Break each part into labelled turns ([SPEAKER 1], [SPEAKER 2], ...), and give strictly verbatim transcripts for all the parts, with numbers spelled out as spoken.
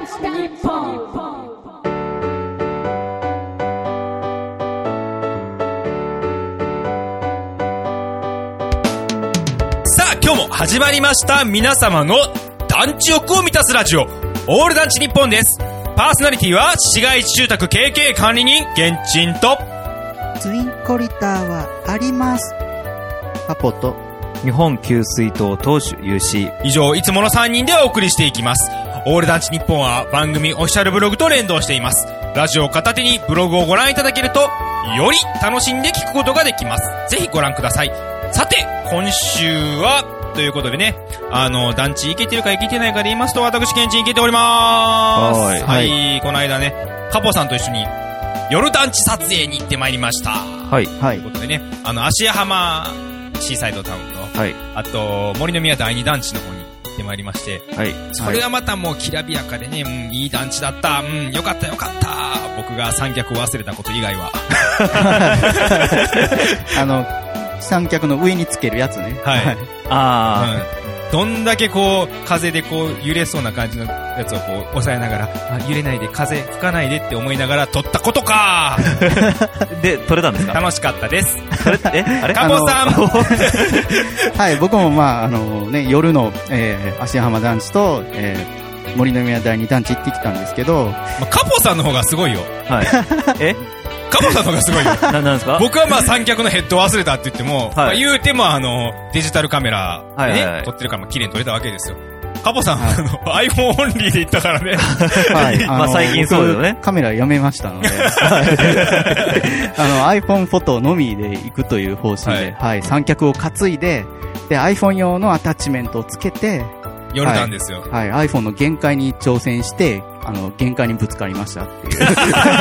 [SPEAKER 1] 日本。
[SPEAKER 2] 今日も始まりました皆様の団地欲を満たすラジオオール団地日本です。パーソナリティは市街地住宅経営管理人現賃と
[SPEAKER 3] ツインコリターはあります。パポと
[SPEAKER 4] 日本給水塔投手 ユーシー
[SPEAKER 2] 以上いつものさんにんでお送りしていきます。オール団地日本は番組オフィシャルブログと連動しています。ラジオを片手にブログをご覧いただけるとより楽しんで聞くことができます。ぜひご覧ください。さて今週はということでね、あの団地行けてるか行けてないかで言いますと、私ケンチン行けておりまーす。はい、はい、この間ねカポさんと一緒に夜団地撮影に行ってまいりました。
[SPEAKER 4] はい、
[SPEAKER 2] ということでね、あの芦屋浜シーサイドタウンと、はい、あと森の宮第二団地の方に行ってまいりまして、はい、それがまたもうきらびやかでね、うん、いい団地だった、うん、よかったよかった。僕が三脚を忘れたこと以外は
[SPEAKER 3] あの三脚の上につけるやつね。
[SPEAKER 2] はい。ああ、うん、どんだけこう風でこう揺れそうな感じのやつをこう押さえながら、あ、揺れないで風吹かないでって思いながら撮ったことか
[SPEAKER 4] で撮れたんですか？
[SPEAKER 2] 楽しかったです。
[SPEAKER 4] それえあれ
[SPEAKER 2] カポさん
[SPEAKER 3] はい、僕もまああのね夜の、えー、芦屋浜団地と、えー、森の宮第二団地行ってきたんですけど、
[SPEAKER 2] まあ、カポさんの方がすごいよ。
[SPEAKER 4] はいえ
[SPEAKER 2] カポさんの方がすごいよ。
[SPEAKER 4] な、なんですか？
[SPEAKER 2] 僕はまあ三脚のヘッドを忘れたって言っても、はい、まあ、言うてもあのデジタルカメラでね、はいはいはい、撮ってるから綺麗に撮れたわけですよ。カポさん、はい、あの iPhone オンリーで行ったからね。
[SPEAKER 3] はい。
[SPEAKER 4] まあ最近そうですよね。
[SPEAKER 3] カメラやめましたので、あの iPhone フォトのみで行くという方針で、はい、はい、三脚を担いで、で iPhone 用のアタッチメントをつけて。
[SPEAKER 2] 夜なんですよ。
[SPEAKER 3] はい、はい、iPhone の限界に挑戦して、あの限界にぶつかりましたっていう。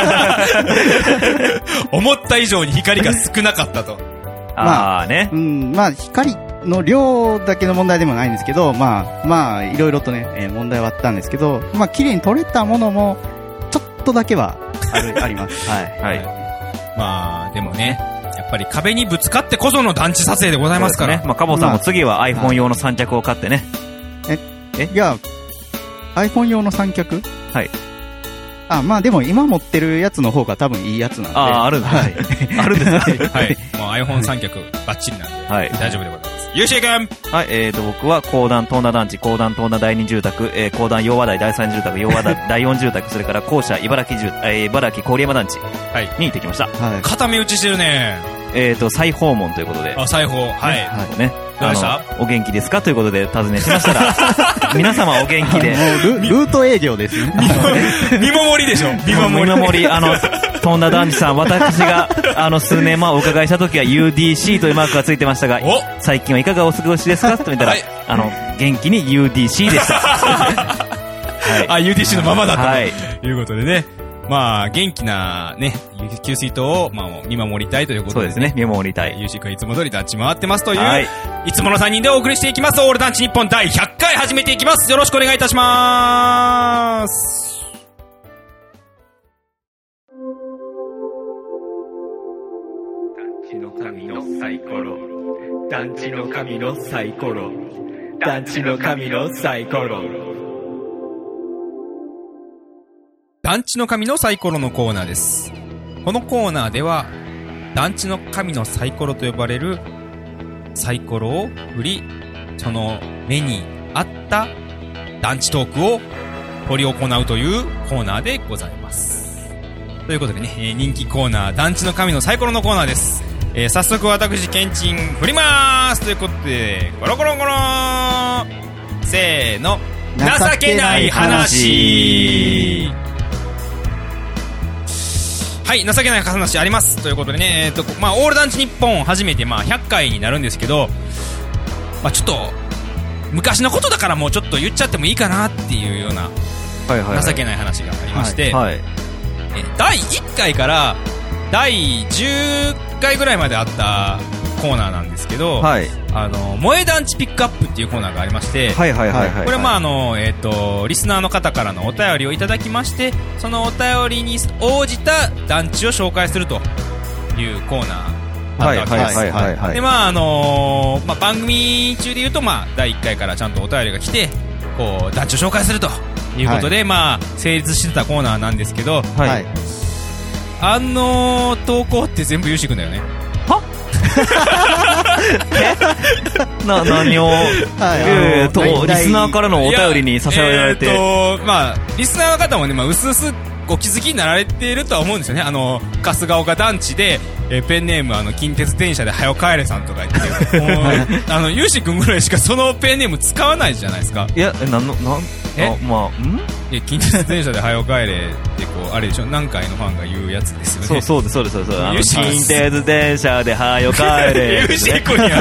[SPEAKER 2] 思った以上に光が少なかったと。
[SPEAKER 4] まあね。
[SPEAKER 3] うん、まあ光の量だけの問題でもないんですけど、まあまあいろいろとね、えー、問題はあったんですけど、まあ綺麗に撮れたものもちょっとだけはあるあります。はい。はい。
[SPEAKER 2] まあでもね。やっぱり壁にぶつかってこその団地撮影でございますから。
[SPEAKER 4] ね、まあカボさんも次は iPhone 用の三脚を買ってね。
[SPEAKER 3] え、え、いや、iPhone 用の三脚？
[SPEAKER 4] はい。
[SPEAKER 3] あ、まあでも今持ってるやつの方が多分いいやつなんで。
[SPEAKER 4] ああ、あるんですね。はい。あるんですね。
[SPEAKER 2] はい。もう iPhone 三脚バッチリなんで。はい。大丈夫でございます。ゆうしーくん。
[SPEAKER 4] はい、えーと、僕は高段東名団地、高段東名第二住宅、えー、高段洋和台第三住宅、洋和台第四住宅、それから校舎茨城住、えー、茨城郡山団地に行ってきました。
[SPEAKER 2] はい。固め打ちしてるね。
[SPEAKER 4] えーと、再訪問ということで。
[SPEAKER 2] あ、再訪。はい。はい。
[SPEAKER 4] ね。どうでした？お元気ですかということで尋ねしましたら皆様お元気で
[SPEAKER 3] ル, ルート営業ですね。
[SPEAKER 2] 見守りでしょ。見守り。
[SPEAKER 4] 見守り。あの東田団地さん、私があの数年前お伺いした時は ユーディーシー というマークがついてましたが、最近はいかがお過ごしですかと見たら、はい、あの元気に ユーディーシー でした。
[SPEAKER 2] はい、あ ユーディーシー のままだと、はい、いうことでね。まあ、元気なね、給水塔を、まあ、見守りたいということで、ね。
[SPEAKER 4] そうですね、見守りたい。
[SPEAKER 2] ゆうしーくんいつも通り団地回ってますという、はい、いつものさんにんでお送りしていきます。オール団地日本第ひゃっかい始めていきます。よろしくお願いいたします。
[SPEAKER 5] 団地の神のサイコロ。団地の神のサイコロ。団地の神のサイコロ。
[SPEAKER 2] 団地の神のサイコロのコーナーです。このコーナーでは団地の神のサイコロと呼ばれるサイコロを振り、その目に合った団地トークを取り行うというコーナーでございます。ということでね、えー、人気コーナー団地の神のサイコロのコーナーです。えー、早速私ケンチン振りまーすということで、ゴロゴロゴロー、せーの、情けない話。はい、情けない話ありますということでね、えーとまあ、オール団地日本初めてまあひゃっかいになるんですけど、まあ、ちょっと昔のことだからもうちょっと言っちゃってもいいかなっていうような情けない話がありまして、はいはいはい、えだいいっかいからだいじゅっかいぐらいまであったコーナーなんですけど、はい、あの萌え団地ピックアップっていうコーナーがありまして、はいはいはいはい、これはまああの、えーと、リスナーの方からのお便りをいただきまして、そのお便りに応じた団地を紹介するというコーナーだったわけです。はいはいはいはい、でまああのーまあ、番組中でいうと、まあ、だいいっかいからちゃんとお便りが来てこう団地を紹介するということで、はい、まあ成立してたコーナーなんですけど、
[SPEAKER 3] はい、
[SPEAKER 2] あの投稿って全部ゆうしくんだよね。
[SPEAKER 4] はな何を、はいえー、とリスナーからのお便りに支えられて、
[SPEAKER 2] えー、とまあリスナーの方もね、まあ、うすうすお気づきになられているとは思うんですよね。あの春日丘団地で、えー、ペンネームあの近鉄電車ではよ帰れさんとか言ってもうあのゆうしくんぐらいしかそのペンネーム使わないじゃないですか。
[SPEAKER 4] いやなんのなん
[SPEAKER 2] え
[SPEAKER 4] あまあん
[SPEAKER 2] いや近鉄電車ではよ帰れってこうあれでしょ、何回のファンが言うやつですよね。
[SPEAKER 4] そうそうですそうですそうですあの
[SPEAKER 2] ゆうし
[SPEAKER 4] 近鉄電車ではよ帰れ
[SPEAKER 2] ゆうしくんや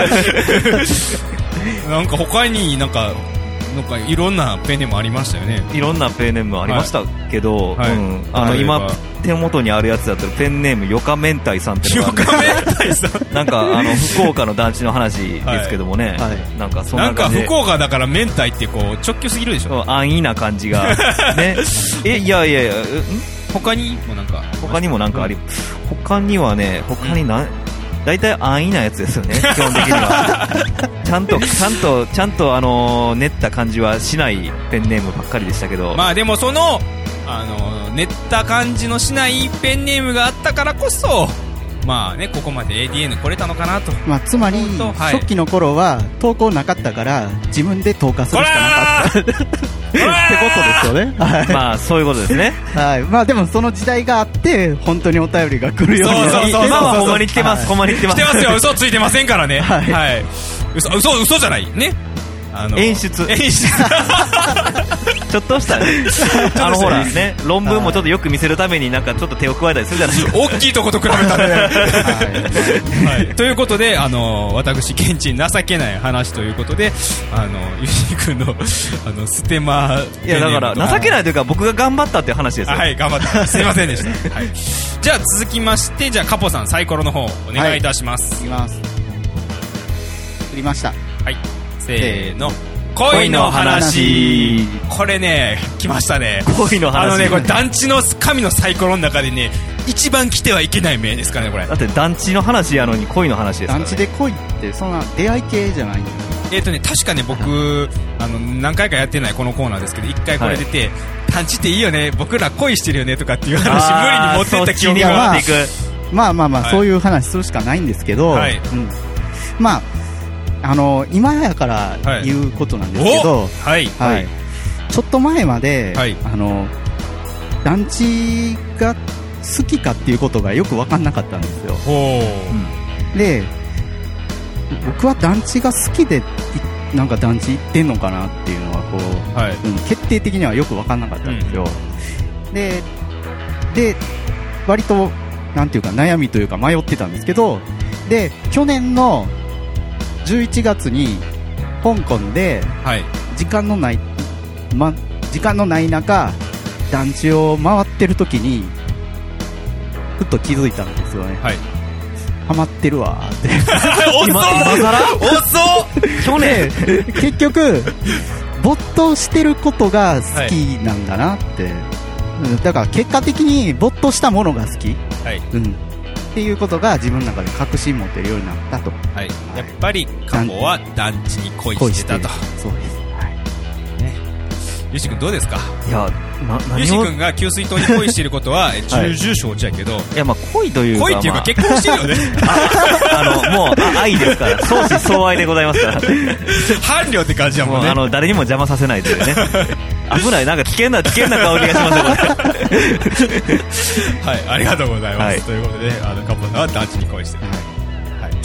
[SPEAKER 2] なんか他になんかなんかいろんなペンネームありましたよね。
[SPEAKER 4] いろんなペンネームありましたけど、
[SPEAKER 2] はい
[SPEAKER 4] うん、あの、はい、今手元にあるやつだったらペンネームよかめんたいさんってのがあるんです
[SPEAKER 2] よかめんたいさん
[SPEAKER 4] なんかあの福岡の団地の話ですけどもね、はいはい、なんかそんな感じで
[SPEAKER 2] なんか福岡だから明太ってこう直球すぎるでしょ。
[SPEAKER 4] 安易な感じがねえいやいやいやん
[SPEAKER 2] 他にもなんか
[SPEAKER 4] 他にもなんかあり、うん、他にはね他にな、うん大体安易なやつですよね基本的にはちゃんとちゃんとちゃんとあの練った感じはしないペンネームばっかりでしたけど、
[SPEAKER 2] まあでもそのあの練った感じのしないペンネームがあったからこそまあねここまで エーディーエヌ 来れたのかなと、
[SPEAKER 3] まあ、つまり、はい、初期の頃は投稿なかったから自分で投下するしかなかったってことですよね、はい、
[SPEAKER 4] まあそういうことですね、
[SPEAKER 3] はい、まあでもその時代があって本当にお便りが来るようになって、
[SPEAKER 2] そうそうそう
[SPEAKER 4] 今はほんまに来てます、はい、ほんまに来てます
[SPEAKER 2] 来てますよ嘘ついてませんからね、はい、はい、嘘嘘嘘じゃないね
[SPEAKER 4] あの演出
[SPEAKER 2] 演出
[SPEAKER 4] ちょっとしたねあのほらね論文もちょっとよく見せるためになんかちょっと手を加えたりするじゃないですか
[SPEAKER 2] 大きいとこと比べたらね、はい、ということであの私ケンチン情けない話ということであのゆし君のあのステマ
[SPEAKER 4] いやだから情けないというか僕が頑張ったっていう話ですよ。
[SPEAKER 2] はい頑張ったすいませんでした、はい、じゃあ続きましてじゃあカポさんサイコロの方お願いいたします。
[SPEAKER 3] はい、いきます振りました。
[SPEAKER 2] はいせーの恋の話。これね来ましたね
[SPEAKER 4] 恋の話。
[SPEAKER 2] あのねこれ団地の神のサイコロの中でね一番来てはいけない名ですかねこれ。
[SPEAKER 4] だって団地の話やのに恋の話ですから、ね、
[SPEAKER 3] 団地で恋ってそんな出会い系じゃないんだよ。
[SPEAKER 2] えーとね確かね僕あの何回かやってないこのコーナーですけど一回これ出て、はい、団地っていいよね僕ら恋してるよねとかっていう話無理に持ってった記憶があっていく。
[SPEAKER 3] まあまあまあ、はい、そういう話するしかないんですけど、はいうん、まああの今やから言うことなんですけど、
[SPEAKER 2] はいはいはい、
[SPEAKER 3] ちょっと前まで、はい、あの団地が好きかっていうことがよく分かんなかったんですよ。うん、で僕は団地が好きでなんか団地行ってんのかなっていうのはこう、はいうん、決定的にはよく分かんなかったんですよ。うん、でで割となんていうか悩みというか迷ってたんですけどで去年のじゅういちがつに香港で時間のない、ま、時間のない中団地を回ってる時にふっと気づいたんですよね。はい、ハマってるわって
[SPEAKER 2] 今今更遅
[SPEAKER 3] 去年結局没頭してることが好きなんだなって、はい、だから結果的に没頭したものが好き、はいうんっていうことが自分の中で確信持ってるようになったと、
[SPEAKER 2] はい、やっぱりカモは団地に恋してたと。
[SPEAKER 3] そうです、はいね、
[SPEAKER 2] ゆし君どうですか。
[SPEAKER 4] いやな何を
[SPEAKER 2] ゆし君が給水筒に恋してることは重々承知やけど、はい、
[SPEAKER 4] いやまあ恋というか
[SPEAKER 2] 恋っていうか結婚してるよね
[SPEAKER 4] あ, あのもうあ愛ですから相思相愛でございますから
[SPEAKER 2] 伴侶って感じやもんね。
[SPEAKER 4] もうあの誰にも邪魔させないというね危ないなんか危険な危険な香りがしますよこれ
[SPEAKER 2] はいありがとうございます、はい、ということであのカポさんは団地に恋してる、はいはい、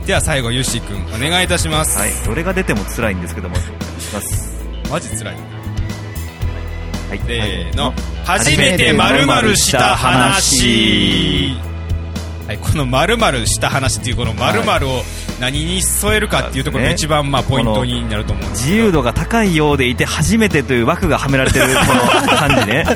[SPEAKER 2] では最後ゆし君お願いいたします。
[SPEAKER 4] はいどれが出ても辛いんですけどもします
[SPEAKER 2] マジ辛い。
[SPEAKER 4] はい、
[SPEAKER 2] せーの、はい、初めて〇〇した話。はい、この〇〇した話っていうこの〇〇を何に添えるかっていうところが一番まあポイントになると思うんですけど、
[SPEAKER 4] 自由度が高いようでいて初めてという枠がはめられてるこの感じね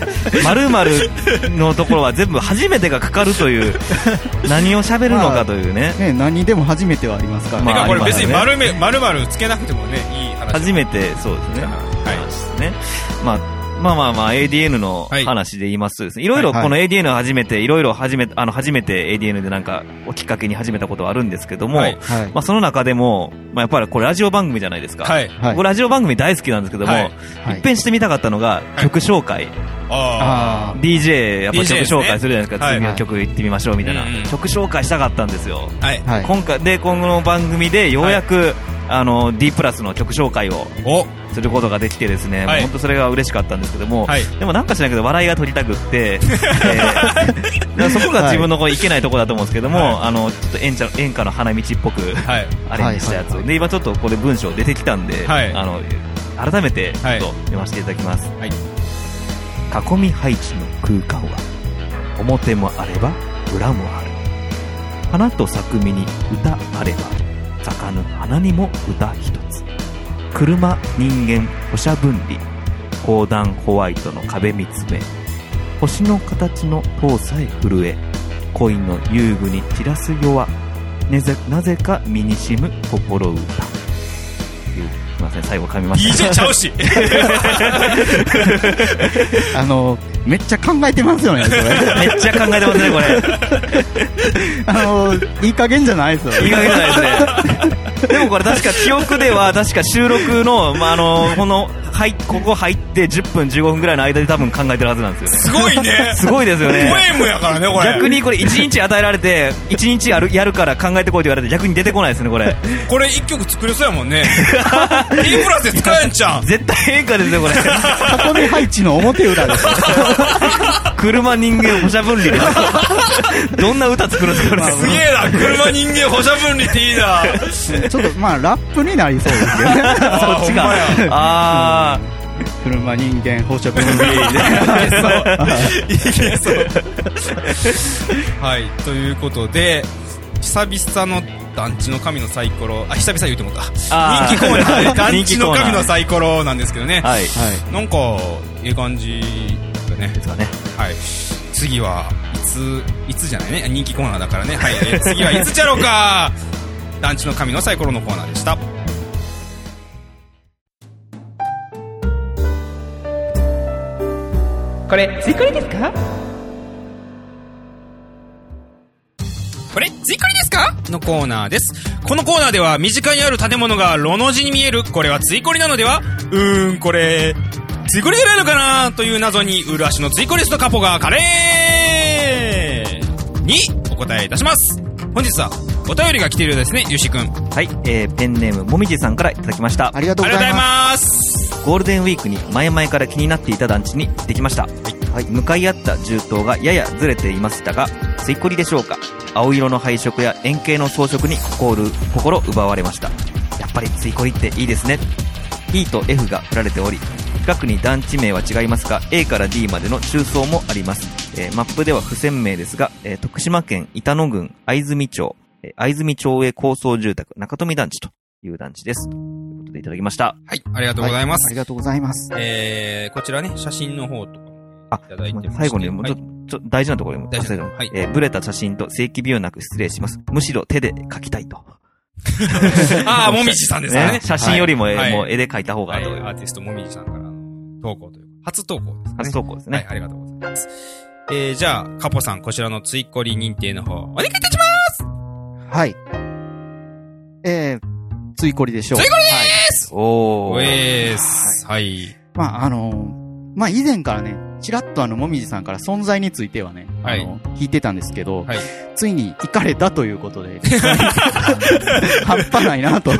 [SPEAKER 4] 〇〇のところは全部初めてがかかるという何を喋るのかというね、
[SPEAKER 3] まあ、ね何でも初めてはありますからね。
[SPEAKER 2] まあ、これ別に〇〇つけなくてもねいい話。
[SPEAKER 4] 初めてそうですね。はい、ねまあまあまあまあ エーディーエヌ の話で言いますとですね、いろいろこの エーディーエヌ を始めて、いろいろ始め、あの、初めて エーディーエヌ でなんか、おきっかけに始めたことはあるんですけども、はい、まあその中でも、まあやっぱりこれラジオ番組じゃないですか。はい。僕ラジオ番組大好きなんですけども、はい、一遍してみたかったのが、曲紹介。はい、ああ。ディージェー、やっぱ曲紹介するじゃないですか。次の曲行ってみましょうみたいな。曲紹介したかったんですよ。はい。今回、で、今後の番組でようやく、あの D プラスの曲紹介をすることができてですね、本当それが嬉しかったんですけども、はい、でもなんかしないけど笑いが取りたくって、えー、そこが自分のこういけないところだと思うんですけども、はい、あのちょっと演歌演歌の花道っぽく、はい、アレンジしたやつで今ちょっとこれ文章出てきたんで、はい、あの改めてちょっと読ませていただきます、はい、囲み配置の空間は表もあれば裏もある。花と咲く実に歌あれば咲かぬ花にも歌一つ。車人間歩車分離高段ホワイトの壁見つめ星の形の塔さえ震え恋の遊具に散らす夜はなぜ、なぜか身にしむ心歌。すいません最後噛みました。
[SPEAKER 2] ディージェー ちゃうし
[SPEAKER 3] あのめっちゃ考えてますよねそれ
[SPEAKER 4] めっちゃ考えてますねこれ
[SPEAKER 3] あのいい加減じゃないですよ。
[SPEAKER 4] いい加減じゃないですねでもこれ確か記憶では確か収録の、まあ、あのこのはいここ入ってじゅっぷんじゅうごふんぐらいの間で多分考えてるはずなんですよね。
[SPEAKER 2] すごいね
[SPEAKER 4] すごいですよね。
[SPEAKER 2] ポエムやからねこれ。
[SPEAKER 4] 逆にこれいちにち与えられていちにちやるやるから考えてこいと言われて逆に出てこないですねこれ。
[SPEAKER 2] これいっきょく作れそうやもんねD プラスで使えんちゃん。
[SPEAKER 4] 絶対演歌ですよこれ
[SPEAKER 3] 囲み配置の表裏です
[SPEAKER 4] 車人間歩車分離でどんな歌作るんですかこれ。
[SPEAKER 2] すげえな車人間歩車分離っていいな
[SPEAKER 3] ちょっとまあラップになりそうですけどねそ
[SPEAKER 4] っちか。ああ、
[SPEAKER 3] うん、車人間放射分離で
[SPEAKER 2] いけそうはいということで久々の団地の神のサイコロ、あ久々言うてもった人気コーナーで団地の神のサイコロなんですけどね、はい、なんかいい感じだね
[SPEAKER 4] ですかね。
[SPEAKER 2] はい、次はいついつじゃないね人気コーナーだからね、はい、えー、次はいつじゃろうか団地の神のサイコロのコーナーでした。
[SPEAKER 5] これついこれですか
[SPEAKER 2] これついこれですかのコーナーです。このコーナーでは身近にある建物がロの字に見える、これはついこりなのでは、うーんこれついこりなのかなという謎にウルアシのついこリストカポがカレーにお答えいたします。本日はお便りが来ているようですね、ゆうしくん。
[SPEAKER 4] はい、えー、ペンネームもみじさんからいただきました。
[SPEAKER 3] ありがとうございます。
[SPEAKER 4] ゴールデンウィークに前々から気になっていた団地に行ってきました、はいはい、向かい合った銃刀がややずれていましたがついこりでしょうか。青色の配色や円形の装飾に心心奪われました。やっぱりついこりっていいですね。 E と F が振られており近くに団地名は違いますが A から D までの中層もあります、えー、マップでは不鮮明ですが、えー、徳島県板野郡藍住町、えー、藍住町営高層住宅中富団地という団地です。ということでいただきました。
[SPEAKER 2] はい、ありがとうございます。
[SPEAKER 3] はい、ありがとうございます。
[SPEAKER 2] えー、こちらね、写真の方とか
[SPEAKER 4] あ、いただいてまして、最後にもうちょっと、はい、ちょ大事なところにも、大事なところ、はい、えー、ブレた写真と正規美容なく失礼します。むしろ手で描きたいと。
[SPEAKER 2] ああ、もみじさんですね。ね
[SPEAKER 4] 写真よりも、はい、もう絵で描いた方がいいと、はい。
[SPEAKER 2] アーティストもみじさんからの投稿というか、初投稿ですね。
[SPEAKER 4] 初投稿ですね。
[SPEAKER 2] はい、ありがとうございます。えー、じゃあ、カポさん、こちらのついこり認定の方、お願いいたします。
[SPEAKER 3] はい。えー、ついこりでしょう。
[SPEAKER 2] ついこりでーす、
[SPEAKER 4] はい、おー。
[SPEAKER 2] えーす。はい。
[SPEAKER 3] まあ、あのー、まあ、以前からね、ちらっとあの、もみじさんから存在についてはね、あの、はい、聞いてたんですけど、はい、ついに行かれたということで、半端ないなと。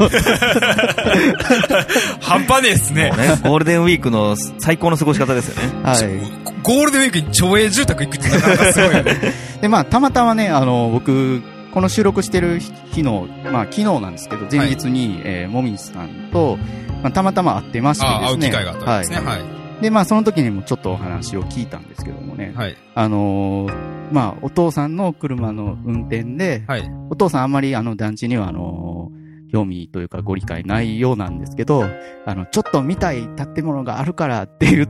[SPEAKER 2] 半端ねえっすね。
[SPEAKER 4] ね。ゴールデンウィークの最高の過ごし方ですよね。
[SPEAKER 2] はい。ゴールデンウィークに町営住宅行くってなかなかすごいよね。
[SPEAKER 3] で、まあ、たまたまね、あの、僕、この収録してる日の、まあ、昨日なんですけど、前日に、はい、えー、もみじさんと、まあ、たまたま会ってましてですね。
[SPEAKER 2] 会う機会があったんですね。はい。はい、
[SPEAKER 3] で、まあ、その時にもちょっとお話を聞いたんですけどもね。はい。あのー、まあ、お父さんの車の運転で、はい。お父さんあんまりあの団地にはあのー、興味というかご理解ないようなんですけど、あの、ちょっと見たい建物があるからって言って、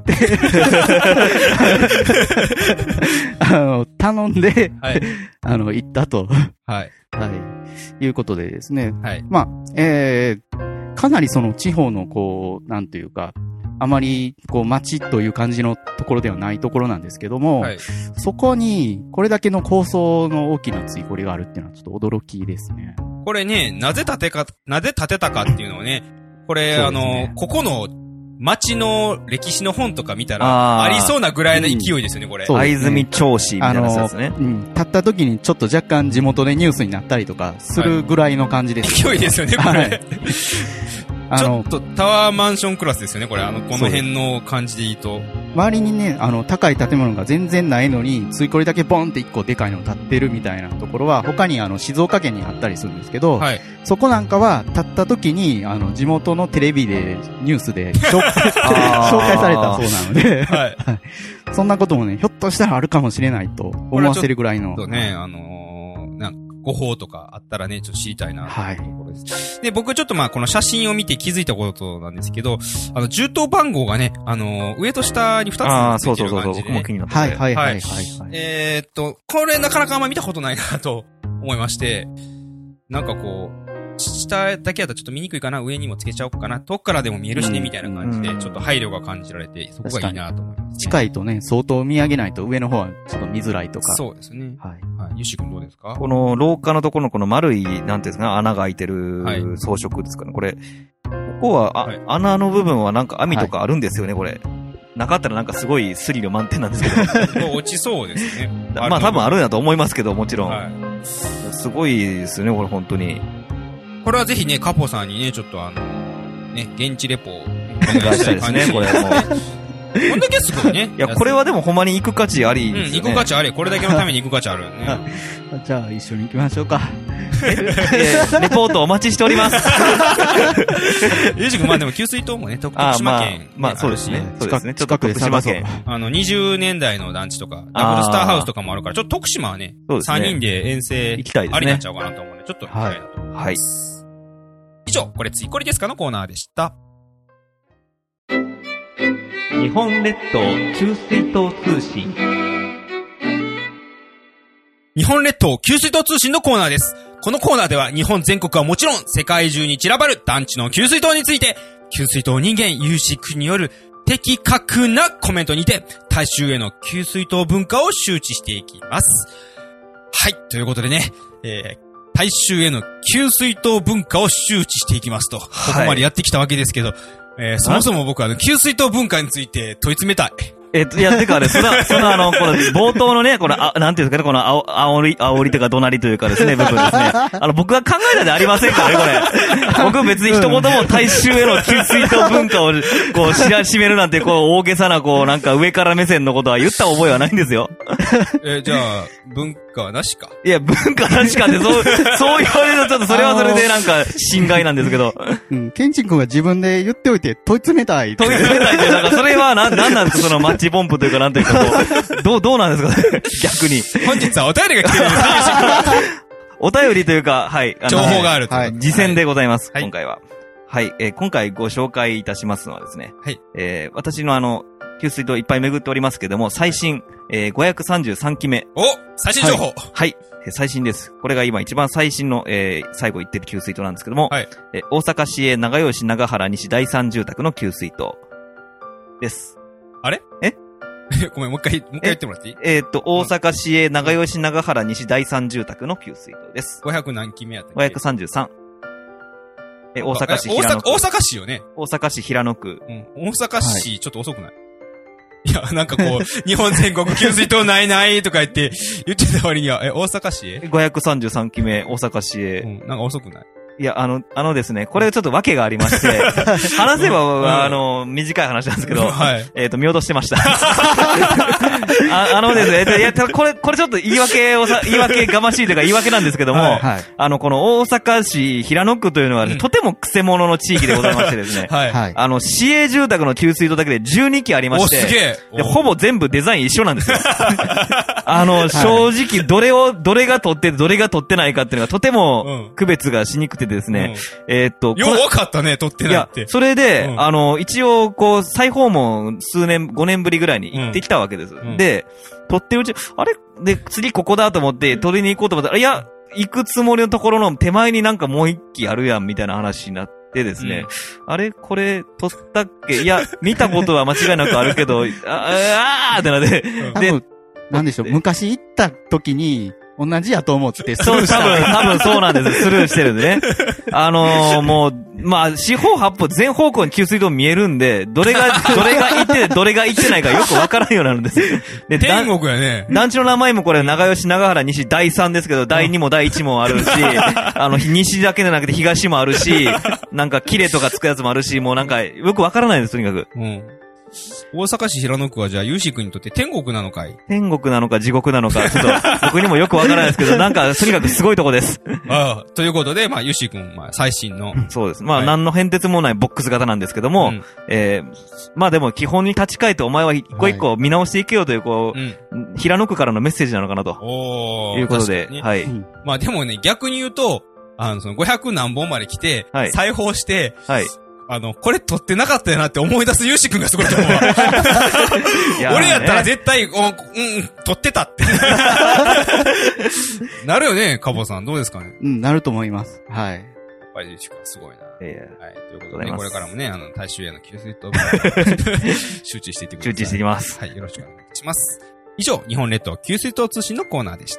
[SPEAKER 3] あの、頼んで、はい。あの、行ったと。はい。はい。いうことでですね。はい。まあ、えー、かなりその地方のこう、なんていうか、 あまり、こう、街という感じのところではないところなんですけども、
[SPEAKER 2] はい。
[SPEAKER 3] そこに、これだけの構想の大きなついこりがあるっていうのはちょっと驚きですね。
[SPEAKER 2] これね、なぜ建てか、なぜ建てたかっていうのをね、これ、あの、ここの街の歴史の本とか見たら、ありそうなぐらいの勢いですよね、これ。
[SPEAKER 3] そう
[SPEAKER 4] 藍住町市みたいなやつですね。
[SPEAKER 3] うん。立った時にちょっと若干地元でニュースになったりとかするぐらいの感じです。
[SPEAKER 2] 勢いですよね、これ。
[SPEAKER 3] はい
[SPEAKER 2] ちょっとタワーマンションクラスですよね、これ。あの、この辺の感じでいいと。
[SPEAKER 3] 周りにね、あの、高い建物が全然ないのに、ついこれだけボンって一個でかいの建ってるみたいなところは、他にあの、静岡県にあったりするんですけど、
[SPEAKER 2] はい。
[SPEAKER 3] そこなんかは、建った時に、あの、地元のテレビで、ニュースで紹介紹介されたそうなので、
[SPEAKER 2] はい。
[SPEAKER 3] そんなこともね、ひょっとしたらあるかもしれないと思わせるぐらいの。
[SPEAKER 2] そうね、あのー、なんか、誤報とかあったらね、ちょっと知りたいな、
[SPEAKER 3] はい。
[SPEAKER 2] ところです。で、僕ちょっとまあ、この写真を見て気づいたことなんですけど、あの、銃刀番号がね、あのー、上と下に二つついてる感じで、ね。
[SPEAKER 4] ああ、そうそうそうそう、僕も気になってて。
[SPEAKER 3] はいはいはいはい、はい。
[SPEAKER 2] えー、っと、これなかなかあんま見たことないなと思いまして、なんかこう、下だけだったらちょっと見にくいかな、上にもつけちゃおうかな、遠くからでも見えるしね、みたいな感じで、ちょっと配慮が感じられて、そこがいいなと思います、ね。
[SPEAKER 3] 近いとね、相当見上げないと上の方はちょっと見づらいとか。
[SPEAKER 2] そうですね。
[SPEAKER 3] はい。
[SPEAKER 2] はい。ゆし君どうですか？
[SPEAKER 4] この廊下のところのこの丸い、なんていうんですか、穴が開いてる装飾ですかね。これ、ここは、あ、はい、穴の部分はなんか網とかあるんですよね、これ。なかったらなんかすごいスリル満点なんですけど。
[SPEAKER 2] 落ちそうですね。
[SPEAKER 4] まあ多分あるんだと思いますけど、もちろん。
[SPEAKER 2] はい、
[SPEAKER 4] すごいですよね、これ本当に。
[SPEAKER 2] これはぜひね、カポさんにね、ちょっとあの、ね、現地レポをお
[SPEAKER 4] 願いしたいですね、これも。
[SPEAKER 2] こんだけすごいね。
[SPEAKER 4] いや、これはでもほんまに行く価値ありですよね。
[SPEAKER 2] うん、行く価値あり。これだけのために行く価値あるね。
[SPEAKER 3] じゃあ、一緒に行きましょうか。
[SPEAKER 4] レポートお待ちしております。
[SPEAKER 2] ゆうじくん、まあでも給水塔もね、徳島県、ね。
[SPEAKER 4] まあ、まあ、そうですね。そうですね。ちょっと徳島県。
[SPEAKER 2] あの、にじゅうねんだいの団地とか、ダブルスターハウスとかもあるから、ちょっと徳島はね、さんにんで遠征、
[SPEAKER 4] 行きたいですね。
[SPEAKER 2] ありになっちゃうかなと思うので、ちょっと行きたいなと思います。はい。以上、これついこりですかのコーナーでした。
[SPEAKER 5] 日本列島給水塔通信。
[SPEAKER 2] 日本列島給水塔通信のコーナーです。このコーナーでは日本全国はもちろん世界中に散らばる団地の給水塔について、給水塔人間有志区による的確なコメントにて大衆への給水塔文化を周知していきます。はい、ということでね、えー大衆への給水塔文化を周知していきますと、ここまでやってきたわけですけど、えー、そもそも僕は給水塔文化について問い詰めたい。
[SPEAKER 4] えっと、いや、てかあれ、その、そのあの、この、冒頭のね、この、あ、なんていうんですかね、この、あお、あおり、あおりとか怒鳴りというかですね、部分ですね。あの、僕が考えたでありませんからね、これ。僕別に一言も大衆への給水塔文化を、こう、知らしめるなんて、こう、大げさな、こう、なんか上から目線のことは言った覚えはないんですよ。
[SPEAKER 2] えー、じゃあ、文化はなしか。
[SPEAKER 4] いや、文化なしかって、そう、そう言われるとちょっとそれはそれでなんか、侵害なんですけど。
[SPEAKER 3] うん、ケンチン君が自分で言っておいて問い詰めたい。
[SPEAKER 4] 問い詰めたいって、なんかそれはな、なんなんですか、そのマッチポンプというか、なんというか、こう、どう、どうなんですかね、逆に。
[SPEAKER 2] 本日はお便りが来てるんですね、
[SPEAKER 4] お便りというか、はい。
[SPEAKER 2] 情報があると。
[SPEAKER 4] はい。次戦でございます、
[SPEAKER 2] はい、
[SPEAKER 4] 今回は。はい、えー、今回ご紹介いたしますのはですね。
[SPEAKER 2] はい。
[SPEAKER 4] えー、私のあの、給水塔いっぱい巡っておりますけども、最新、えー、ごひゃくさんじゅうさんきめ。
[SPEAKER 2] お最新情報、はい、
[SPEAKER 4] はい。最新です。これが今一番最新の、えー、最後行ってる給水塔なんですけども、はい。えー、大阪市営長吉長原西第三住宅の給水塔です。
[SPEAKER 2] あれ
[SPEAKER 4] え
[SPEAKER 2] ごめん、もう一回、もう一回言ってもらっていい？
[SPEAKER 4] えー、っと、大阪市営長吉長原西第三住宅の給水塔です。
[SPEAKER 2] ごひゃく何期目やったっけ？
[SPEAKER 4] ごひゃくさんじゅうさん。え、大阪市平野区。
[SPEAKER 2] 大阪市よね。
[SPEAKER 4] 大阪市平野区。
[SPEAKER 2] うん。大阪市、はい、ちょっと遅くない？いや、なんかこう、日本全国給水塔ないないとか言って、言ってた割には、え、大阪市へ ?
[SPEAKER 4] ごひゃくさんじゅうさんきめ、大阪市へ。
[SPEAKER 2] うん、なんか遅くない？
[SPEAKER 4] いや、あの、あのですね、これちょっと訳がありまして、話せば、うん、あの、短い話なんですけど、はい、えっと、見落としてました。あ, あのですね、いや、これ、これちょっと言い訳をさ、言い訳がましいというか言い訳なんですけども、はいはい、あの、この大阪市平野区というのは、ね、うん、とてもクセ者の地域でございましてですね、はい、あの、市営住宅の給水塔だけでじゅうにきありまして、
[SPEAKER 2] お、すげえ。
[SPEAKER 4] で、ほぼ全部デザイン一緒なんですよ。あの、正直、どれを、どれが撮ってて、どれが撮ってないかっていうのがとても区別がしにくくてですね、うん、えー、っと、
[SPEAKER 2] よう分かったね、撮ってないって。
[SPEAKER 4] いや、それで、うん、あの、一応、こう、再訪問数年、ごねんぶりぐらいに行ってきたわけです。うん、で、撮ってるうち、あれで、次ここだと思って、撮りに行こうと思ったら、いや、行くつもりのところの手前になんかもう一機あるやん、みたいな話になっでですね、うん、あれこれ撮ったっけいや、見たことは間違いなくあるけど、ああーってなって、
[SPEAKER 3] で、なんでしょう、昔行った時に、同じやと思ってス
[SPEAKER 4] ルーした。そう、多分、多分そうなんです。スルーしてるんでね。あのー、もう、まあ、四方八方全方向に給水塔見えるんで、どれが、どれが行って、どれが行ってないかよくわからんようになるんですよ。
[SPEAKER 2] で、天国やね。
[SPEAKER 4] 団地の名前もこれ、長吉、長原、西、だいさんですけど、だいにもだいいちもあるし、あの、西だけじゃなくて東もあるし、なんか、キレとかつくやつもあるし、もうなんか、よくわからないです、とにかく。うん。
[SPEAKER 2] 大阪市平野区はじゃあ、ゆうし君にとって天国なのかい？
[SPEAKER 4] 天国なのか地獄なのか、ちょっと僕にもよくわからないですけど、なんか、とにかくすごいとこです。
[SPEAKER 2] ああ、ということで、まあ、ゆうし君、まあ、最新の。
[SPEAKER 4] そうです。まあ、はい、何の変哲もないボックス型なんですけども、うん、えー、まあでも基本に立ち返ってお前は一個一個見直していけよという、こう、はい、平野区からのメッセージなのかなと。おー。いうことで、はい、うん。
[SPEAKER 2] まあでもね、逆に言うと、あの、そのごひゃく何本まで来て、はい、裁縫して、はい。あの、これ撮ってなかったよなって思い出すゆうし君がすごいと思うわ。俺やったら絶対、おうん、撮ってたって。なるよね、カボさん。どうですかね。
[SPEAKER 3] うん、なると思います。はい。やっ
[SPEAKER 2] ぱりゆうし君すごいな。
[SPEAKER 4] え
[SPEAKER 2] えー。はい。ということでね、これからもね、あの、大衆への給水と、集中していってください。
[SPEAKER 4] 集中していきます。
[SPEAKER 2] はい、よろしくお願いします。以上、日本列島給水塔通信のコーナーでした。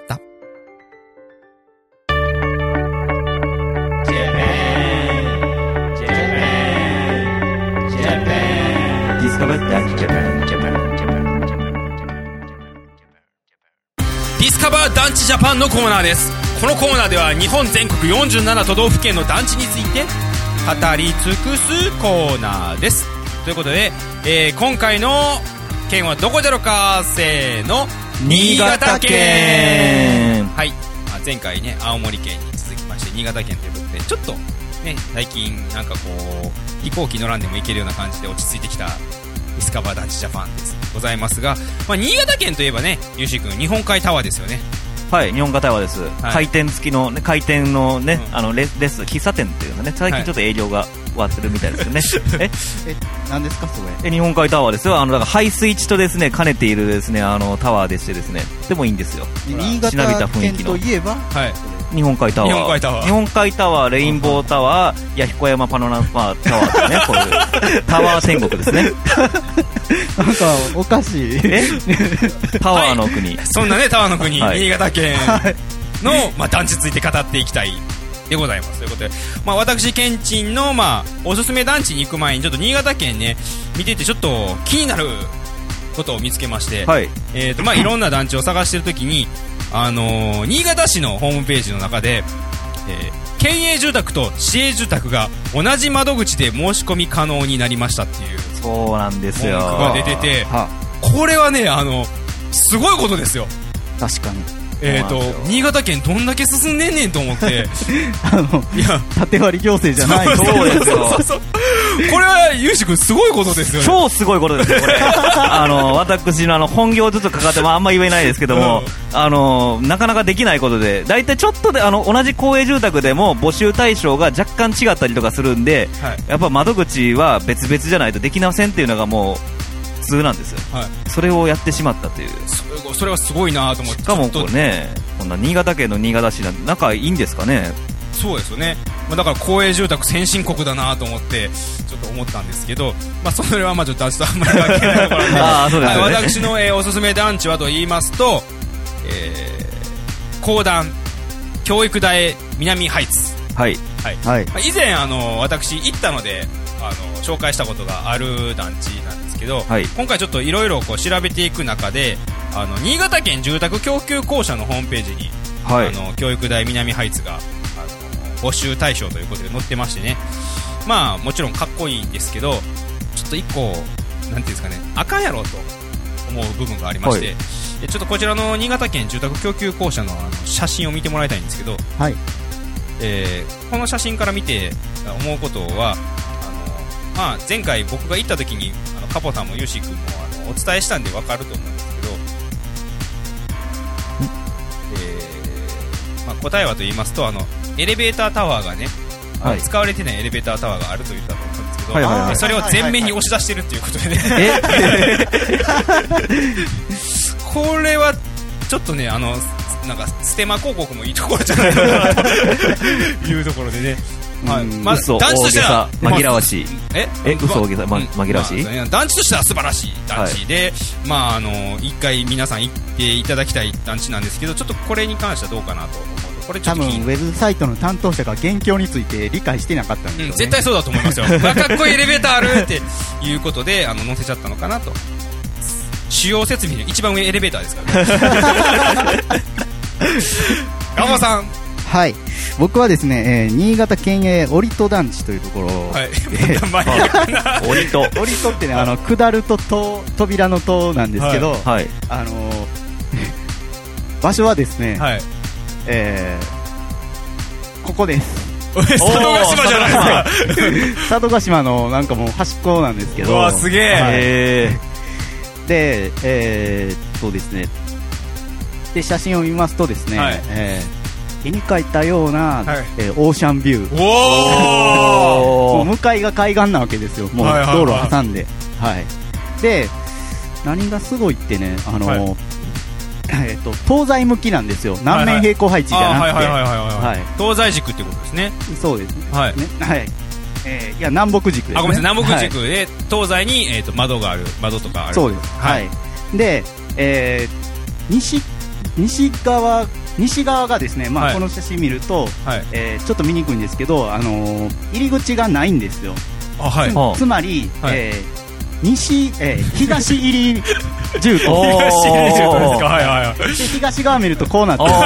[SPEAKER 2] ディスカバー団地ジャパンのコーナーです。このコーナーでは日本全国よんじゅうなな都道府県の団地について語り尽くすコーナーです。ということで、えー、今回の県はどこじゃろか。せーの、新潟県。はい、まあ、前回ね青森県に続きまして新潟県ということで、ちょっとね最近なんかこう飛行機乗らんでも行けるような感じで落ち着いてきたディスカバー団地ジャパンですございますが、まあ、新潟県といえばね、ゆうし君、日本海タワーですよね。
[SPEAKER 4] はい、日本海タワーです。はい、回転付きの、ね、回転のね、うん、あのレ、レス、喫茶店っていうのね、最近ちょっと営業が終わってるみたいですよね。はい、
[SPEAKER 3] え、え、何ですかそれ？
[SPEAKER 4] え、日本海タワーですよ。あの、だから排水地とですね、兼ねているですね、あの、タワーでしてですね、でもいいんですよ。
[SPEAKER 3] 新潟県といえば、はい。
[SPEAKER 4] 日本海タワー。
[SPEAKER 2] 日本海タワー。
[SPEAKER 4] 日本海タワー、レインボータワー、弥彦山パノラマタワーとね、こういう、タワー天国ですね。
[SPEAKER 3] なんか、おかしい。
[SPEAKER 4] えタワーの国。
[SPEAKER 2] はい、そんなね、タワーの国、はい、新潟県の、まあ、団地について語っていきたいでございます。ということで、まあ、私、県賃の、まあ、おすすめ団地に行く前に、ちょっと新潟県ね、見ててちょっと気になることを見つけまして、はい。えっと、まあ、いろんな団地を探してるときに、あのー、新潟市のホームページの中で、えー、県営住宅と市営住宅が同じ窓口で申し込み可能になりましたっていう
[SPEAKER 4] そうなんですよ
[SPEAKER 2] 文句が出てて、はあ、これはね、あのすごいことですよ。
[SPEAKER 3] 確かに。
[SPEAKER 2] えーと新潟県どんだけ進んでんねんと思って
[SPEAKER 3] あのいや縦割り行政じゃない
[SPEAKER 4] そうですよ。そうそう
[SPEAKER 2] これはゆうし君すごいことですよね。
[SPEAKER 4] 超すごいことですよこれ。あの私のあの本業ずつかかってもあんま言えないですけども、うん、あのなかなかできないことで、だいたいちょっとであの同じ公営住宅でも募集対象が若干違ったりとかするんで、はい、やっぱ窓口は別々じゃないとできませんっていうのがもう普通なんですよ、はい、それをやってしまったという。
[SPEAKER 2] それ、それはすごいなと思って。
[SPEAKER 4] しかもこれね、こんな新潟県の新潟市なんて仲いいんですかね。
[SPEAKER 2] そうですよね、まあ、だから公営住宅先進国だなと思ってちょっと思ったんですけど、まあ、それはまあちょっとあんまり関係ないところであそうですね、はい、私の、えー、おすすめ団地はと言いますと、えー、公団教育大南ハイツ、
[SPEAKER 4] はい
[SPEAKER 2] はいはい、まあ、以前あの私行ったのであの紹介したことがある団地なんですけど、はい、今回ちょっといろいろ調べていく中であの新潟県住宅供給公社のホームページに、はい、あの教育大南ハイツがあの募集対象ということで載ってましてね、まあもちろんかっこいいんですけどちょっと一個なんていうんですかね、あかんやろと思う部分がありまして、はい、ちょっとこちらの新潟県住宅供給公社の、あの写真を見てもらいたいんですけど、はい、えー、この写真から見て思うことはまあ、前回僕が行った時にあのカポさんもユーシー君もあのお伝えしたんで分かると思うんですけど、えーまあ、答えはと言いますとあのエレベータータワーがね、はい、使われてないエレベータータワーがあると言ったと思うんですけど、はいはいはい、それを前面に押し出してるっていうことでねこれはちょっとねあのなんかステマ広告もいいところじゃないかなというところでねはい。まあ、
[SPEAKER 4] 嘘、
[SPEAKER 2] 団地としては、
[SPEAKER 4] 紛らわしい。
[SPEAKER 2] え
[SPEAKER 4] え、嘘、大げさ、ま、紛らわしい、
[SPEAKER 2] まあ、団地としては素晴らしい団地で、はい、まあ、あの、一回皆さん行っていただきたい団地なんですけど、ちょっとこれに関してはどうかなと思うと、これちょっと多分、
[SPEAKER 3] ウェブサイトの担当者が現況について理解してなかったんですよね。
[SPEAKER 2] うん、絶対そうだと思いますよ。まあ、かっこいいエレベーターあるっていうことで、あの、載せちゃったのかなと。主要設備の一番上エレベーターですからね。ガモさん。
[SPEAKER 3] はい、僕はですね、えー、新潟県営折戸団地というところを、はい、
[SPEAKER 4] 折戸
[SPEAKER 3] 折戸ってね、あの下るとと扉の戸なんですけど、はいはい、あのー、場所はですね、はい、えー、ここです。
[SPEAKER 2] 佐渡島じゃないですか。
[SPEAKER 3] 佐渡島のなんかもう端っこなんですけど、
[SPEAKER 2] うわすげえ、はい、
[SPEAKER 3] えー、で、えー、そうですね、で写真を見ますとですね、はい、えー絵に描いたような、はい、えー、オーシャンビュー、おー、もう向かいが海岸なわけですよ、もう道路を挟んで、はいはいはい、で何がすごいってね、あのーはい、えー、と東西向きなんですよ、南面平行配置じゃなくて
[SPEAKER 2] 東西軸ってことですね。
[SPEAKER 3] そうですね、
[SPEAKER 2] はい、
[SPEAKER 3] ね、はい、えー、いや南北軸です、ね、
[SPEAKER 2] あ、ごめんなさい、南北軸で、はい、東西に、えー、と窓がある、窓とかある、
[SPEAKER 3] そうです、はい、はい、で、えー、西西側西側がですね、まあ、この写真見ると、はい、えー、ちょっと見にくいんですけど、あのー、入り口がないんですよ。
[SPEAKER 2] あ、はい、
[SPEAKER 3] つ, つまり、はい、えー、西、えー、東入り住居
[SPEAKER 2] 東入り住居ですか、はいはいはい、
[SPEAKER 3] で東側見るとこうなってます、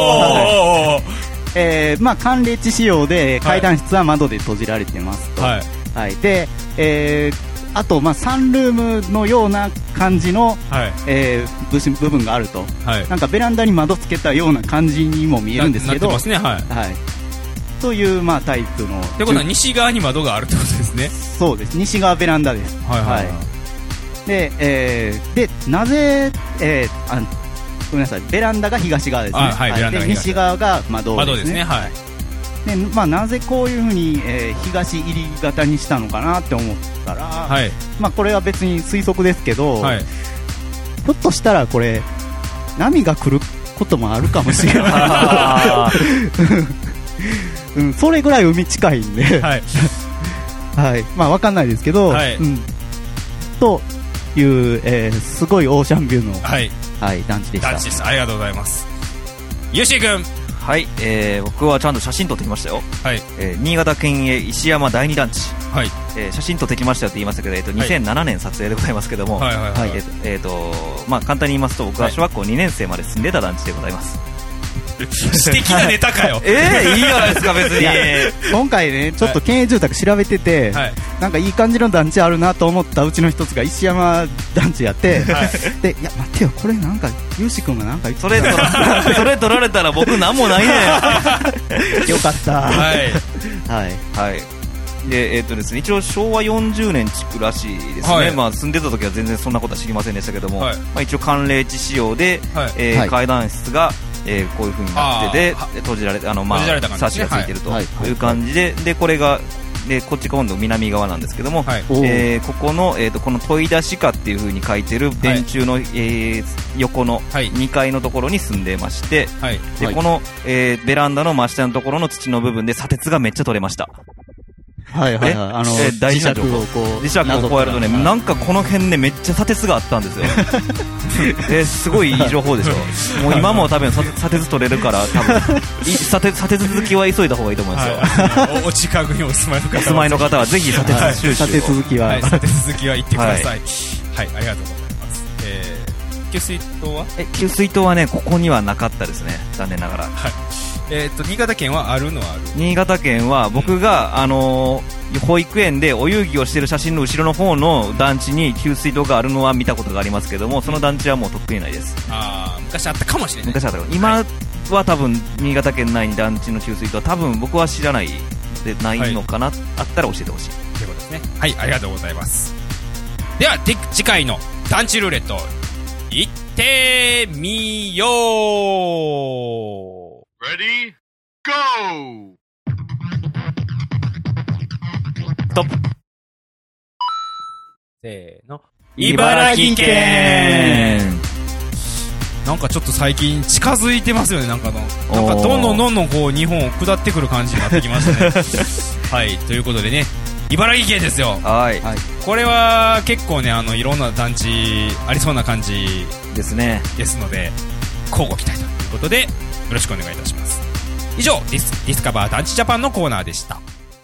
[SPEAKER 3] えー、まあ寒冷地仕様で階段室は窓で閉じられてますと、はいはい、で、えーあと、まあ、サンルームのような感じの、はい、えー、部分があると、はい、なんかベランダに窓つけたような感じにも見えるんですけど、
[SPEAKER 2] なってますね、はい
[SPEAKER 3] はい、という、まあ、タイプの。
[SPEAKER 2] ってことは西側に窓があるってことですね。
[SPEAKER 3] そうです、西側ベランダです。はいはいはい、はい、で、えー、でなぜ、えー、あごめんなさい、ベランダが東側ですね、はいはい、で西側が窓ですね。窓ですね、はい。でまあ、なぜこういうふうに、えー、東入り型にしたのかなって思ったら、はい、まあ、これは別に推測ですけど、はい、ひょっとしたらこれ波が来ることもあるかもしれない、うん、それぐらい海近いんで、はいはい、まあ、分かんないですけど、はい、うん、という、えー、すごいオーシャンビューの、はいはい、団地でした。
[SPEAKER 2] 団地です。ありがとうございます。ゆうしー君。
[SPEAKER 4] はい、えー、僕はちゃんと写真撮ってきましたよ、はい、えー、新潟県営石山第二団地、はい、えー、写真撮ってきましたよって言いましたけど、えー、とにせんななねん撮影でございますけども、はいはいはいはい、えーとえーとまあ、簡単に言いますと僕は小学校にねん生まで住んでた団地でございます、
[SPEAKER 2] はい、私的なネタかよ。
[SPEAKER 4] えー、いいじゃないですか別に。
[SPEAKER 3] 今回ねちょっと県営住宅調べてて、はい、なんかいい感じの団地あるなと思ったうちの一つが石山団地やって、はい、でいや待ってよ、これなんかゆうし君がなんか言ってた、
[SPEAKER 4] それ取らそれ取られたら僕なんもないね
[SPEAKER 3] よかったはい
[SPEAKER 4] はいはい。でえーとですね、一応昭和よんじゅうねん築らしいですね、はい、まあ、住んでた時は全然そんなことは知りませんでしたけども、はい、まあ、一応寒冷地仕様で、はい、えーはい、階段室が、えー、こういう風になってて閉じられて、あの、まあ、サッシがついてるという感じで、でこれがでこっち今度南側なんですけども、はい、えー、ここの、えー、とこの戸井田歯科っていう風に書いてる電柱の、はい、えー、横のにかいのところに住んでまして、はい、でこの、えー、ベランダの真下のところの土の部分で砂鉄がめっちゃ取れました。
[SPEAKER 3] はいはいはい、あの
[SPEAKER 4] えー、大事な情報、磁石をこうやるとね、なんかこの辺ねめっちゃ砂鉄があったんですよえー、すごいいい情報でしょもう今も多分砂鉄取れるから多分砂鉄砂鉄続きは急いだ方がいいと思いますよ、
[SPEAKER 2] はい、お, お近くにお住まいの方は
[SPEAKER 4] お住まいの方はぜひ砂鉄収集を、
[SPEAKER 3] 砂鉄続きは、
[SPEAKER 2] はい、砂鉄続きは行ってください、はい、はい、ありがとうございます。えー、給水塔は
[SPEAKER 4] え給水塔はねここにはなかったですね、残念ながら。はい、
[SPEAKER 2] えー、と新潟県はあるのはある。
[SPEAKER 4] 新潟県は僕が、うん、あのー、保育園でお遊戯をしている写真の後ろの方の団地に給水塔があるのは見たことがありますけども、その団地はもうとっくにないです。
[SPEAKER 2] あ、昔あったかもしれない。
[SPEAKER 4] 昔あったかも。今は多分新潟県内に団地の給水塔は多分僕は知らないでないのかな、はい、あったら教えてほしい
[SPEAKER 2] ということですね。はい、ありがとうございます。ではで次回の団地ルーレットいってみよう。Ready? Go!
[SPEAKER 4] ストップ。
[SPEAKER 2] せーの。
[SPEAKER 4] 茨城県。
[SPEAKER 2] なんかちょっと最近近づいてますよね。なんかのなんかどんどんどんどんこう日本を下ってくる感じになってきましたねはいということでね、茨城県ですよ。
[SPEAKER 4] はい、
[SPEAKER 2] これは結構ね、あのいろんな団地ありそうな感じ
[SPEAKER 4] ですね。
[SPEAKER 2] ですので交互期待ということでよろしくお願いいたします。以上ディス、ディスカバー団地ジャパンのコーナーでした。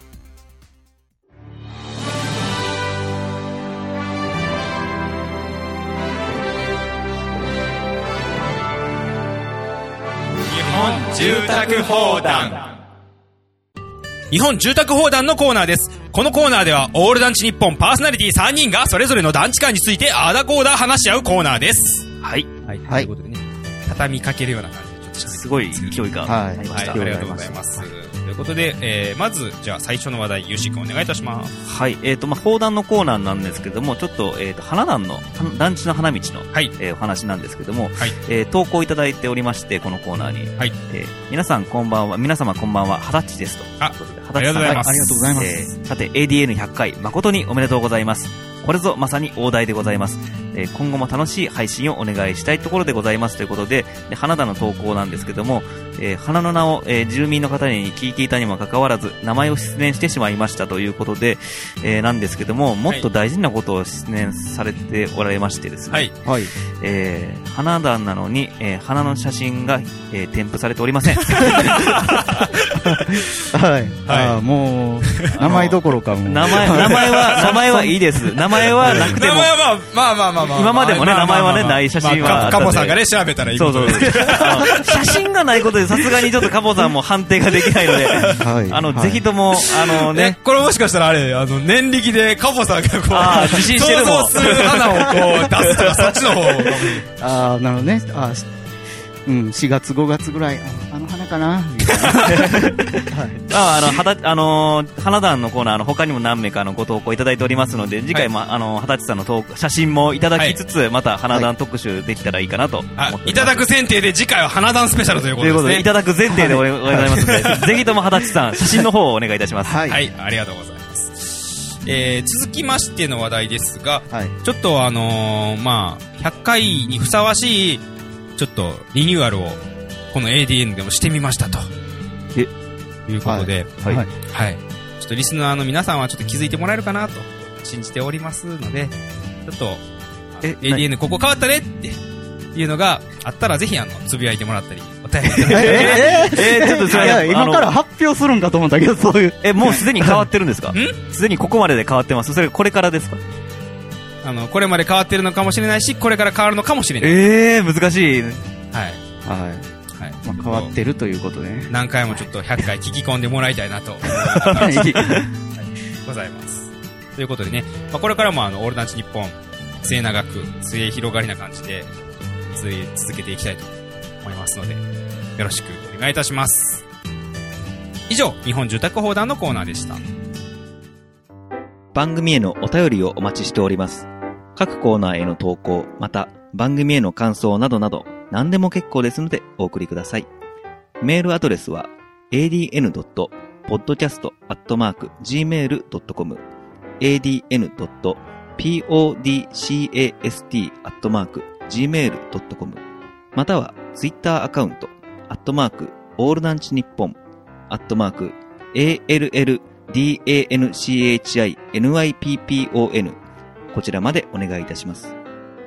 [SPEAKER 5] 住宅砲弾。
[SPEAKER 2] 日本住宅砲弾のコーナーです。このコーナーではオール団地日本パーソナリティさんにんがそれぞれの団地間についてあーだこーだ話し合うコーナーです。
[SPEAKER 4] はい、
[SPEAKER 2] はい、ということでね、畳みかけるような感じでちょっと喋って
[SPEAKER 4] すごい勢いが
[SPEAKER 2] ありました。はい、はい、ありがとうございます。ということで、えー、まずじゃあ最初の話題、ゆうしくんお願いいたします。
[SPEAKER 4] はい、えっ、ー、とまあ砲弾のコーナーなんですけども、ちょっとえっ、ー、と花壇の団地の花道の、はい、えー、お話なんですけども、はい、えー、投稿いただいておりまして、このコーナーに、はい、えー、皆さんこんばんは、皆様こんばんは、はだっちですと。
[SPEAKER 2] あ、ありがとうございます。
[SPEAKER 3] ありがとうございます。
[SPEAKER 4] えー、さて エーディーエヌひゃっかい誠におめでとうございます。これぞまさに大台でございます。えー、今後も楽しい配信をお願いしたいところでございますということで、で花田の投稿なんですけども、えー、花の名を、えー、住民の方に聞いていたにもかかわらず名前を失念してしまいましたということで、えー、なんですけども、もっと大事なことを失念されておられましてですね、はいはい、えー、花壇なのに、えー、花の写真が、えー、添付されておりません
[SPEAKER 3] はい、はい、あ、もう名前どころかもう
[SPEAKER 4] 名前名前は名前はいいです。名前はなくても、
[SPEAKER 2] 名前はまあまあまあまあ、
[SPEAKER 4] 今までもね、名前はねない写真は、
[SPEAKER 2] カポさんがね調べたらいいことで、
[SPEAKER 4] そうそう写真がないことでさすがにちょっとカポさんも判定ができないので、はい、あの、はい、ぜひともあのね、
[SPEAKER 2] これもしかしたらあれ、あの年力でカポさんがこう
[SPEAKER 4] あ自信してるもん、
[SPEAKER 2] 想像する花をこう出すとかそっちの方
[SPEAKER 3] ああなるほどね、あうん、しがつごがつぐらい、あの花かなみたいなはい、
[SPEAKER 4] ああのはたあのー、花壇のコーナーの他にも何名かのご投稿いただいておりますので、次回も、はい、あのはたちさんの投写真もいただきつつ、はい、また花壇特集できたらいいかなと思っております。
[SPEAKER 2] いただく前提で次回は花壇スペシャルということですね。ということで
[SPEAKER 4] いただく前提でございますので、はい、ぜひともはたちさん写真の方をお願いいたします。
[SPEAKER 2] はい、はい、ありがとうございます。えー、続きましての話題ですが、はい、ちょっとあのー、まあひゃっかいにふさわしいちょっとリニューアルをこの エーディーエヌ でもしてみましたとえいうことで、はいはいはい、ちょっとリスナーの皆さんはちょっと気づいてもらえるかなと信じておりますので、ちょっとえ エーディーエヌ ここ変わったねっていうのがあったらぜひあのつぶやいてもらったりお便りえ
[SPEAKER 3] えええちょっとそれ今から発表するんかと思ったけど、そういう
[SPEAKER 4] えもうすでに変わってるんですか？すでにここまでで変わってます。それこれからですか？
[SPEAKER 2] あのこれまで変わってるのかもしれないし、これから変わるのかもしれない。
[SPEAKER 4] ええ難しい。はい
[SPEAKER 3] はいはい、まあ、変わってるということでね、
[SPEAKER 2] 何回もちょっとひゃっかい聞き込んでもらいたいなとはい、ございます。ということでね、まあ、これからもあのオール団地日本末永く末広がりな感じで続けていきたいと思いますのでよろしくお願いいたします。以上、日本住宅砲弾のコーナーでした。
[SPEAKER 4] 番組へのお便りをお待ちしております。各コーナーへの投稿、また番組への感想などなど何でも結構ですのでお送りください。メールアドレスは エーディーエヌドットポッドキャストアットマークジーメールドットコム エーディーエヌドットポッドキャストアットマークジーメールドットコム またはツイッターアカウントアットマークオール団地日本アットマーク エーエルエルディーエーエヌシーエイチアイエヌワイピーピーオーエヌ こちらまでお願いいたします。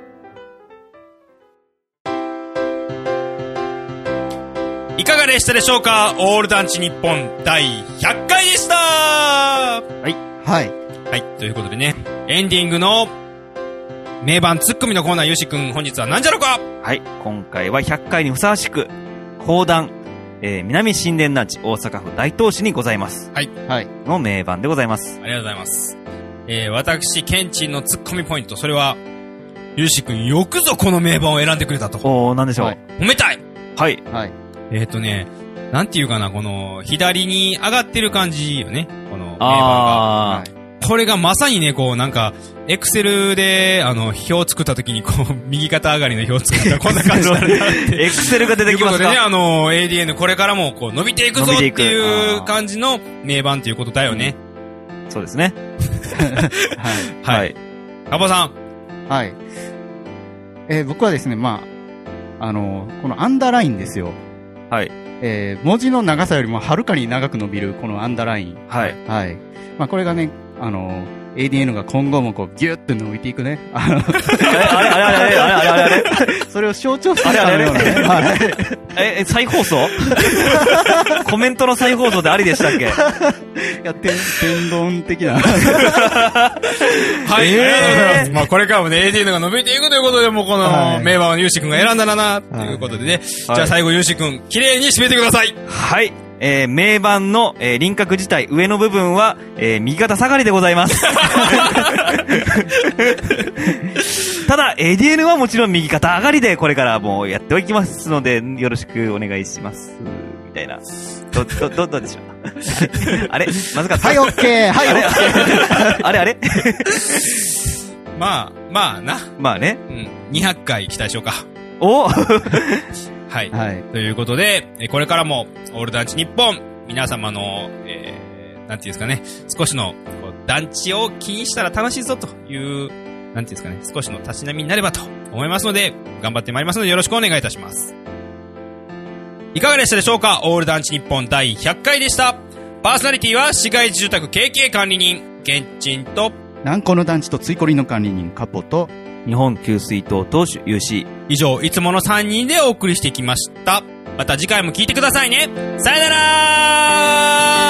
[SPEAKER 2] いかがでしたでしょうか？オール団地日本だいひゃっかいでした。はい
[SPEAKER 3] はい
[SPEAKER 2] はい、ということでね、エンディングの名盤ツッコミのコーナー、ゆうしくん本日は何じゃろうか？
[SPEAKER 4] はい、今回はひゃっかいにふさわしく砲弾、えー、南新田団地大阪府大東市にございます
[SPEAKER 2] はいはい
[SPEAKER 4] の名盤でございます。
[SPEAKER 2] ありがとうございます。えー、私ケンチンのツッコミポイント、それはゆうしくんよくぞこの名盤を選んでくれたと。
[SPEAKER 4] おー、なんでしょう、はい、
[SPEAKER 2] 褒めたい。
[SPEAKER 4] はいはい。
[SPEAKER 2] えーとね、なんていうかな、この左に上がってる感じよね、この名盤が。
[SPEAKER 4] あ
[SPEAKER 2] ー、これがまさにね、こうなんかエクセルであの表を作った時にこう右肩上がりの表を作ったらこんな感じになるなって
[SPEAKER 4] エクセルが出てきますか。ということで
[SPEAKER 2] ね、あの エーディーエヌ これからもこう伸びていくぞっていう感じの名盤ということだよね。
[SPEAKER 4] うん、そうですねはい
[SPEAKER 2] はい。カボさん。
[SPEAKER 3] はい。えー、僕はですね、まああの、このアンダーラインですよ。
[SPEAKER 4] はい。
[SPEAKER 3] えー、文字の長さよりもはるかに長く伸びるこのアンダーライン。
[SPEAKER 4] はい。
[SPEAKER 3] はい。まあこれがね、あの、エーディーエヌ が今後もこうギューって伸びていくね。あの、あれ
[SPEAKER 4] あれあれあれあれあれあれあれ
[SPEAKER 3] それを象徴してるかのようなね。はい。
[SPEAKER 4] え、え、再放送コメントの再放送でありでしたっけ？い
[SPEAKER 3] や、天、天丼的な。
[SPEAKER 2] はい、えー、ありがとうございます。まあこれからもね、エーディーエヌ が伸びていくということで、もうこの名盤をユーシ君が選んだらな、ということでね。はい、じゃあ最後ユーシ君、綺麗に締めてください。
[SPEAKER 4] はい。えー、名盤の、えー、輪郭自体上の部分は、えー、右肩下がりでございます。ただ エーディーエヌ はもちろん右肩上がりでこれからもうやっておきますのでよろしくお願いしますみたいな。どどどどうでしょう。あれまずかった。
[SPEAKER 3] はいオッケー。はいオッケ
[SPEAKER 4] ー。あれあれ。
[SPEAKER 2] まあまあな。
[SPEAKER 4] まあね。
[SPEAKER 2] うん。にひゃっかい期待しようか。
[SPEAKER 4] お。
[SPEAKER 2] はい、はい。ということで、これからも、オール団地日本、皆様の、えー、なんていうんですかね、少しの、団地を気にしたら楽しいぞという、なんていうんですかね、少しのたしなみになればと思いますので、頑張ってまいりますので、よろしくお願いいたします。いかがでしたでしょうか？オール団地日本だいひゃっかいでした。パーソナリティは、市街地住宅経営管理人、ケンチンと、
[SPEAKER 3] 南高の団地とついこりの管理人、カポと、
[SPEAKER 4] 日本給水塔投手 ユーシー。
[SPEAKER 2] 以上、いつものさんにんでお送りしてきました。また次回も聞いてくださいね。さよならー。